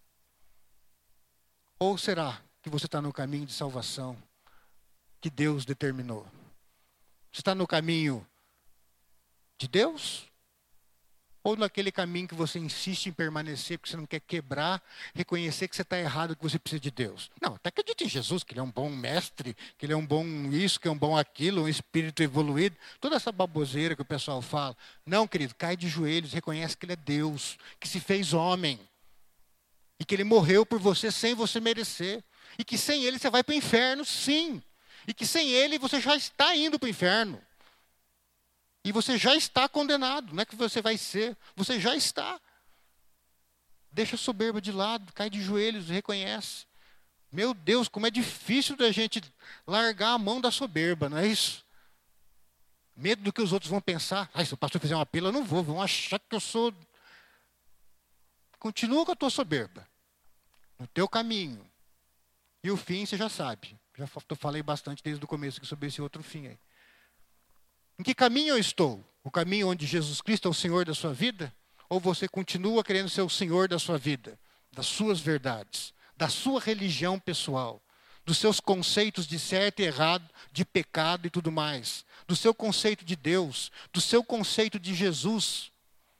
Ou será que você está no caminho de salvação que Deus determinou? Você está no caminho de Deus? Ou naquele caminho que você insiste em permanecer, porque você não quer quebrar, reconhecer que você está errado, que você precisa de Deus? Não, até acredita em Jesus, que Ele é um bom mestre, que Ele é um bom isso, que é um bom aquilo, um espírito evoluído. Toda essa baboseira que o pessoal fala. Não, querido, cai de joelhos, reconhece que Ele é Deus, que se fez homem. E que Ele morreu por você sem você merecer. E que sem Ele você vai para o inferno, sim. E que sem Ele você já está indo para o inferno. E você já está condenado, não é que você vai ser, você já está. Deixa a soberba de lado, cai de joelhos e reconhece. Meu Deus, como é difícil da gente largar a mão da soberba, não é isso? Medo do que os outros vão pensar. Ah, se o pastor fizer uma pila, eu não vou, vão achar que eu sou... Continua com a tua soberba, no teu caminho. E o fim você já sabe. Já falei bastante desde o começo sobre esse outro fim aí. Em que caminho eu estou? O caminho onde Jesus Cristo é o Senhor da sua vida? Ou você continua querendo ser o Senhor da sua vida? Das suas verdades? Da sua religião pessoal? Dos seus conceitos de certo e errado, de pecado e tudo mais? Do seu conceito de Deus? Do seu conceito de Jesus?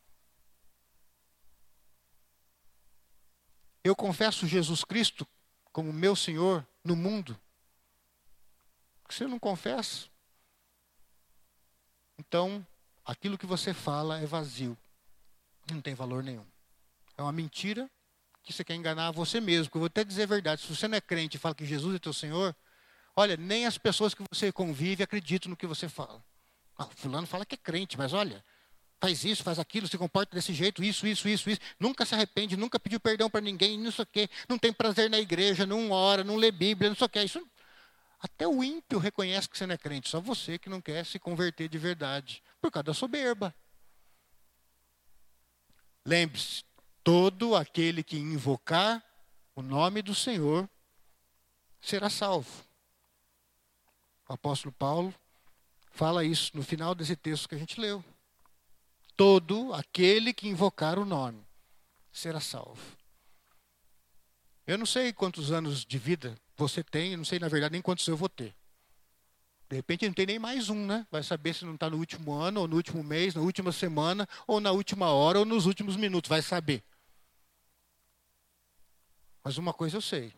Eu confesso Jesus Cristo como meu Senhor no mundo? Se eu não confesso, então, aquilo que você fala é vazio. Não tem valor nenhum. É uma mentira que você quer enganar você mesmo. Porque eu vou até dizer a verdade. Se você não é crente e fala que Jesus é teu Senhor, olha, nem as pessoas que você convive acreditam no que você fala. Ah, fulano fala que é crente, mas olha, faz isso, faz aquilo, se comporta desse jeito, isso, isso, isso, isso. Nunca se arrepende, nunca pediu perdão para ninguém, não sei o quê. Não tem prazer na igreja, não ora, não lê Bíblia, não sei o quê. Isso... Até o ímpio reconhece que você não é crente, só você que não quer se converter de verdade, por causa da soberba. Lembre-se, todo aquele que invocar o nome do Senhor será salvo. O apóstolo Paulo fala isso no final desse texto que a gente leu. todo aquele que invocar o nome será salvo. Eu não sei quantos anos de vida você tem, eu não sei, na verdade, nem quantos eu vou ter. De repente não tem nem mais um, né? Vai saber se não está no último ano, ou no último mês, na última semana, ou na última hora, ou nos últimos minutos. Vai saber. Mas uma coisa eu sei.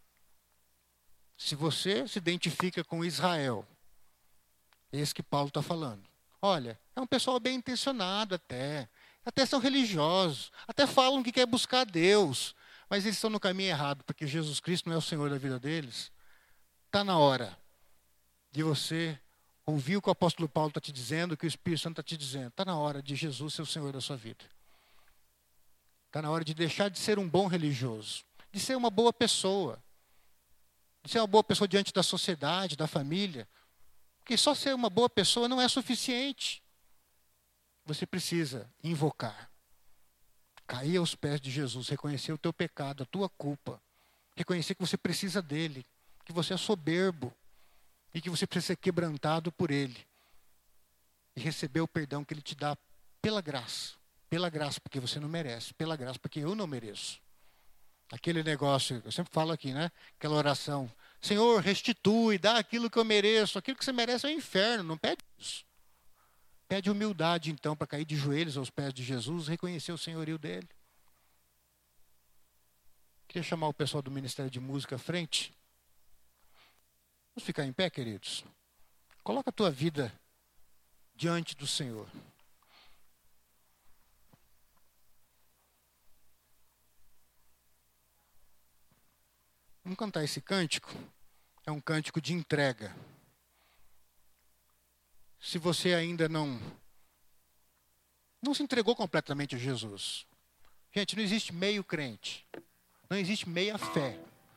Se você se identifica com Israel, esse que Paulo está falando. Olha, é um pessoal bem intencionado até. Até são religiosos. Até falam que quer buscar Deus. Mas eles estão no caminho errado, porque Jesus Cristo não é o Senhor da vida deles. Está na hora de você ouvir o que o apóstolo Paulo está te dizendo, o que o Espírito Santo está te dizendo. Está na hora de Jesus ser o Senhor da sua vida. Está na hora de deixar de ser um bom religioso, de ser uma boa pessoa, de ser uma boa pessoa diante da sociedade, da família. Porque só ser uma boa pessoa não é suficiente. Você precisa invocar, cair aos pés de Jesus, reconhecer o teu pecado, a tua culpa, reconhecer que você precisa dele, que você é soberbo, e que você precisa ser quebrantado por Ele. E receber o perdão que Ele te dá pela graça. Pela graça, porque você não merece. Pela graça, porque eu não mereço. Aquele negócio, eu sempre falo aqui, né? Aquela oração. Senhor, restitui, dá aquilo que eu mereço. Aquilo que você merece é o inferno, não pede isso. Pede humildade, então, para cair de joelhos aos pés de Jesus, reconhecer o senhorio dEle. Queria chamar o pessoal do Ministério de Música à frente. Vamos ficar em pé, queridos? Coloca a tua vida diante do Senhor. Vamos cantar esse cântico. É um cântico de entrega. Se você ainda não, não se entregou completamente a Jesus. Gente, não existe meio crente. Não existe meia fé.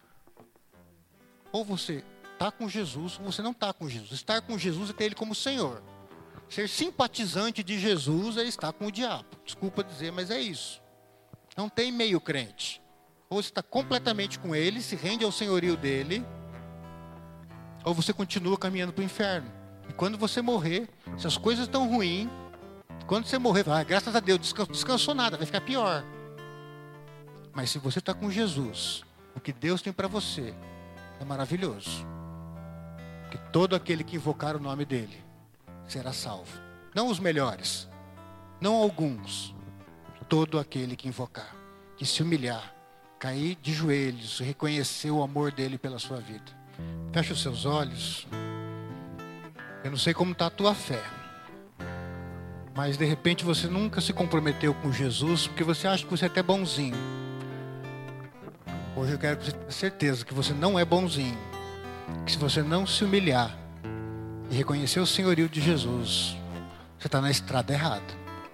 Ou você está com Jesus, ou você não está com Jesus. Estar com Jesus é ter Ele como Senhor. Ser simpatizante de Jesus é estar com o diabo. Desculpa dizer, mas é isso. Não tem meio crente. Ou você está completamente com Ele, se rende ao senhorio dEle, ou você continua caminhando para o inferno. E quando você morrer, se as coisas estão ruins, quando você morrer, vai, graças a Deus, descansou nada, vai ficar pior. Mas se você está com Jesus, o que Deus tem para você é maravilhoso. Que todo aquele que invocar o nome dele será salvo. Não os melhores, não alguns. Todo aquele que invocar, que se humilhar, cair de joelhos, reconhecer o amor dele pela sua vida. Fecha os seus olhos. Eu não sei como está a tua fé, mas de repente você nunca se comprometeu com Jesus porque você acha que você é até bonzinho. Hoje eu quero que você tenha certeza que você não é bonzinho. Que se você não se humilhar e reconhecer o senhorio de Jesus, você está na estrada errada.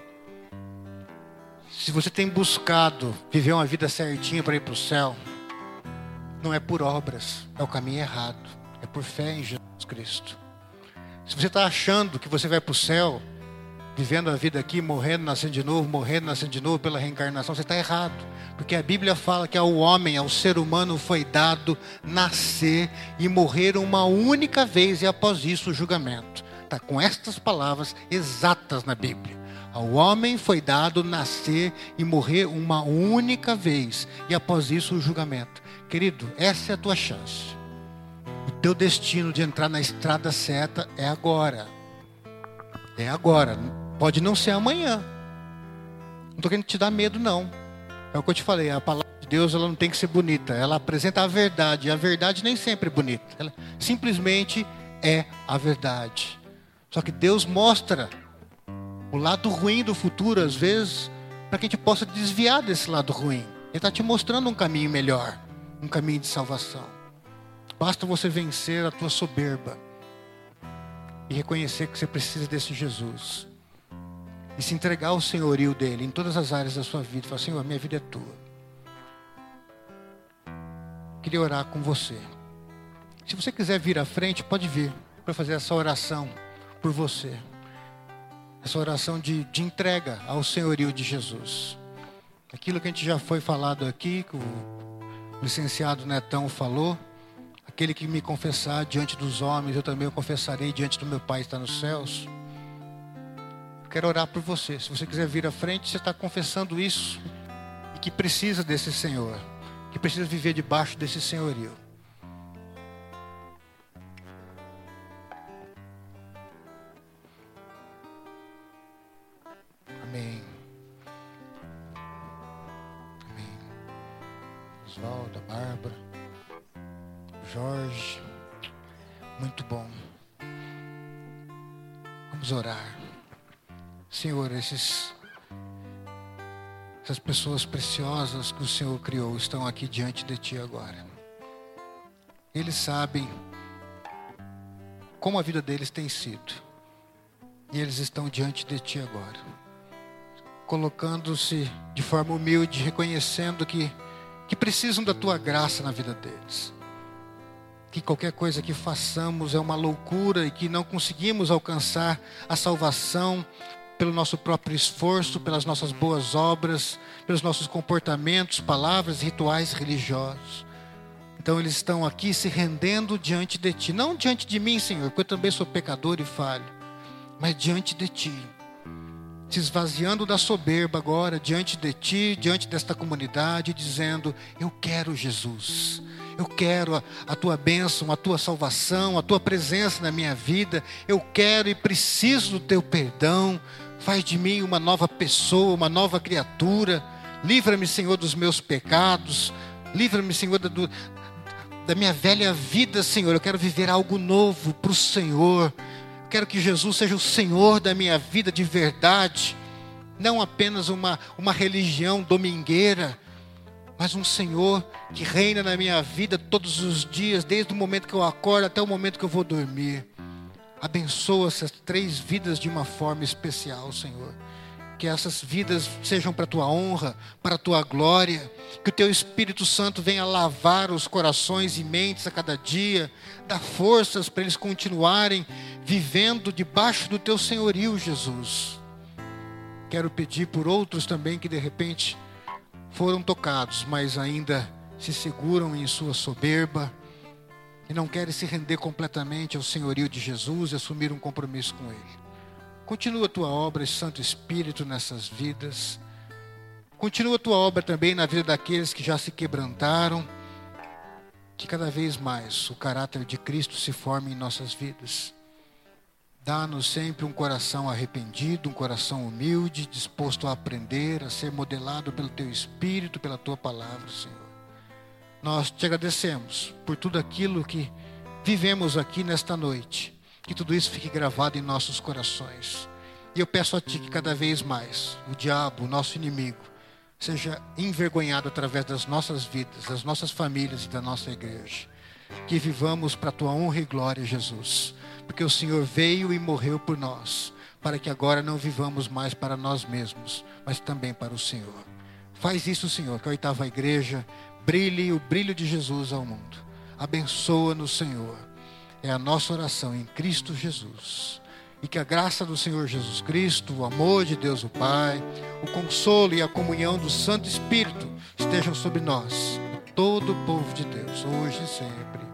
Se você tem buscado viver uma vida certinha para ir para o céu, não é por obras, é o caminho errado. É por fé em Jesus Cristo. Se você está achando que você vai para o céu, vivendo a vida aqui, morrendo, nascendo de novo, morrendo, nascendo de novo pela reencarnação, você está errado. Porque a Bíblia fala que ao homem, ao ser humano, foi dado nascer e morrer uma única vez e após isso o julgamento. Está com estas palavras exatas na Bíblia. Ao homem foi dado nascer e morrer uma única vez e após isso o julgamento. Querido, essa é a tua chance. O teu destino de entrar na estrada certa é agora. É agora. Pode não ser amanhã. Não estou querendo te dar medo, não. É o que eu te falei, a palavra de Deus ela não tem que ser bonita. Ela apresenta a verdade. E a verdade nem sempre é bonita. Ela simplesmente é a verdade. Só que Deus mostra o lado ruim do futuro, às vezes, para que a gente possa desviar desse lado ruim. Ele está te mostrando um caminho melhor. Um caminho de salvação. Basta você vencer a tua soberba. E reconhecer que você precisa desse Jesus. E se entregar ao senhorio dele em todas as áreas da sua vida. Falar, Senhor, minha vida é tua. Queria orar com você. Se você quiser vir à frente, pode vir para fazer essa oração por você. Essa oração de, de entrega ao senhorio de Jesus. Aquilo que a gente já foi falado aqui, que o licenciado Netão falou. Aquele que me confessar diante dos homens, eu também o confessarei diante do meu Pai que está nos céus. Quero orar por você. Se você quiser vir à frente, você está confessando isso. E que precisa desse Senhor. Que precisa viver debaixo desse senhorio. Amém. Amém. Oswaldo, a Bárbara, Jorge. Muito bom. Vamos orar. Senhor, esses, essas pessoas preciosas que o Senhor criou estão aqui diante de Ti agora. Eles sabem como a vida deles tem sido. E eles estão diante de Ti agora. Colocando-se de forma humilde, reconhecendo que, que precisam da Tua graça na vida deles. Que qualquer coisa que façamos é uma loucura e que não conseguimos alcançar a salvação pelo nosso próprio esforço, pelas nossas boas obras, pelos nossos comportamentos, palavras, rituais religiosos. Então eles estão aqui se rendendo diante de Ti. Não diante de mim, Senhor, porque eu também sou pecador e falho, mas diante de Ti. Se esvaziando da soberba agora, diante de Ti, diante desta comunidade, dizendo: eu quero Jesus. Eu quero a, a Tua bênção, a Tua salvação, a Tua presença na minha vida. Eu quero e preciso do Teu perdão. Faz de mim uma nova pessoa, uma nova criatura. Livra-me, Senhor, dos meus pecados. Livra-me, Senhor, da, do, da minha velha vida, Senhor. Eu quero viver algo novo para o Senhor. Eu quero que Jesus seja o Senhor da minha vida de verdade. Não apenas uma, uma religião domingueira, mas um Senhor que reina na minha vida todos os dias, desde o momento que eu acordo até o momento que eu vou dormir. Abençoa essas três vidas de uma forma especial, Senhor. Que essas vidas sejam para a Tua honra, para a Tua glória. Que o Teu Espírito Santo venha lavar os corações e mentes a cada dia. Dar forças para eles continuarem vivendo debaixo do Teu senhorio, Jesus. Quero pedir por outros também que de repente foram tocados, mas ainda se seguram em sua soberba e não querem se render completamente ao senhorio de Jesus e assumir um compromisso com Ele. Continua a Tua obra, Santo Espírito, nessas vidas. Continua a Tua obra também na vida daqueles que já se quebrantaram. Que cada vez mais o caráter de Cristo se forme em nossas vidas. Dá-nos sempre um coração arrependido, um coração humilde, disposto a aprender, a ser modelado pelo Teu Espírito, pela Tua palavra, Senhor. Nós Te agradecemos por tudo aquilo que vivemos aqui nesta noite. Que tudo isso fique gravado em nossos corações. E eu peço a Ti que cada vez mais o diabo, o nosso inimigo, seja envergonhado através das nossas vidas, das nossas famílias e da nossa igreja. Que vivamos para a Tua honra e glória, Jesus. Porque o Senhor veio e morreu por nós, para que agora não vivamos mais para nós mesmos, mas também para o Senhor. Faz isso, Senhor, que a oitava igreja brilhe o brilho de Jesus ao mundo. Abençoa-nos, Senhor. É a nossa oração em Cristo Jesus. E que a graça do Senhor Jesus Cristo, o amor de Deus o Pai, o consolo e a comunhão do Santo Espírito estejam sobre nós, todo o povo de Deus, hoje e sempre.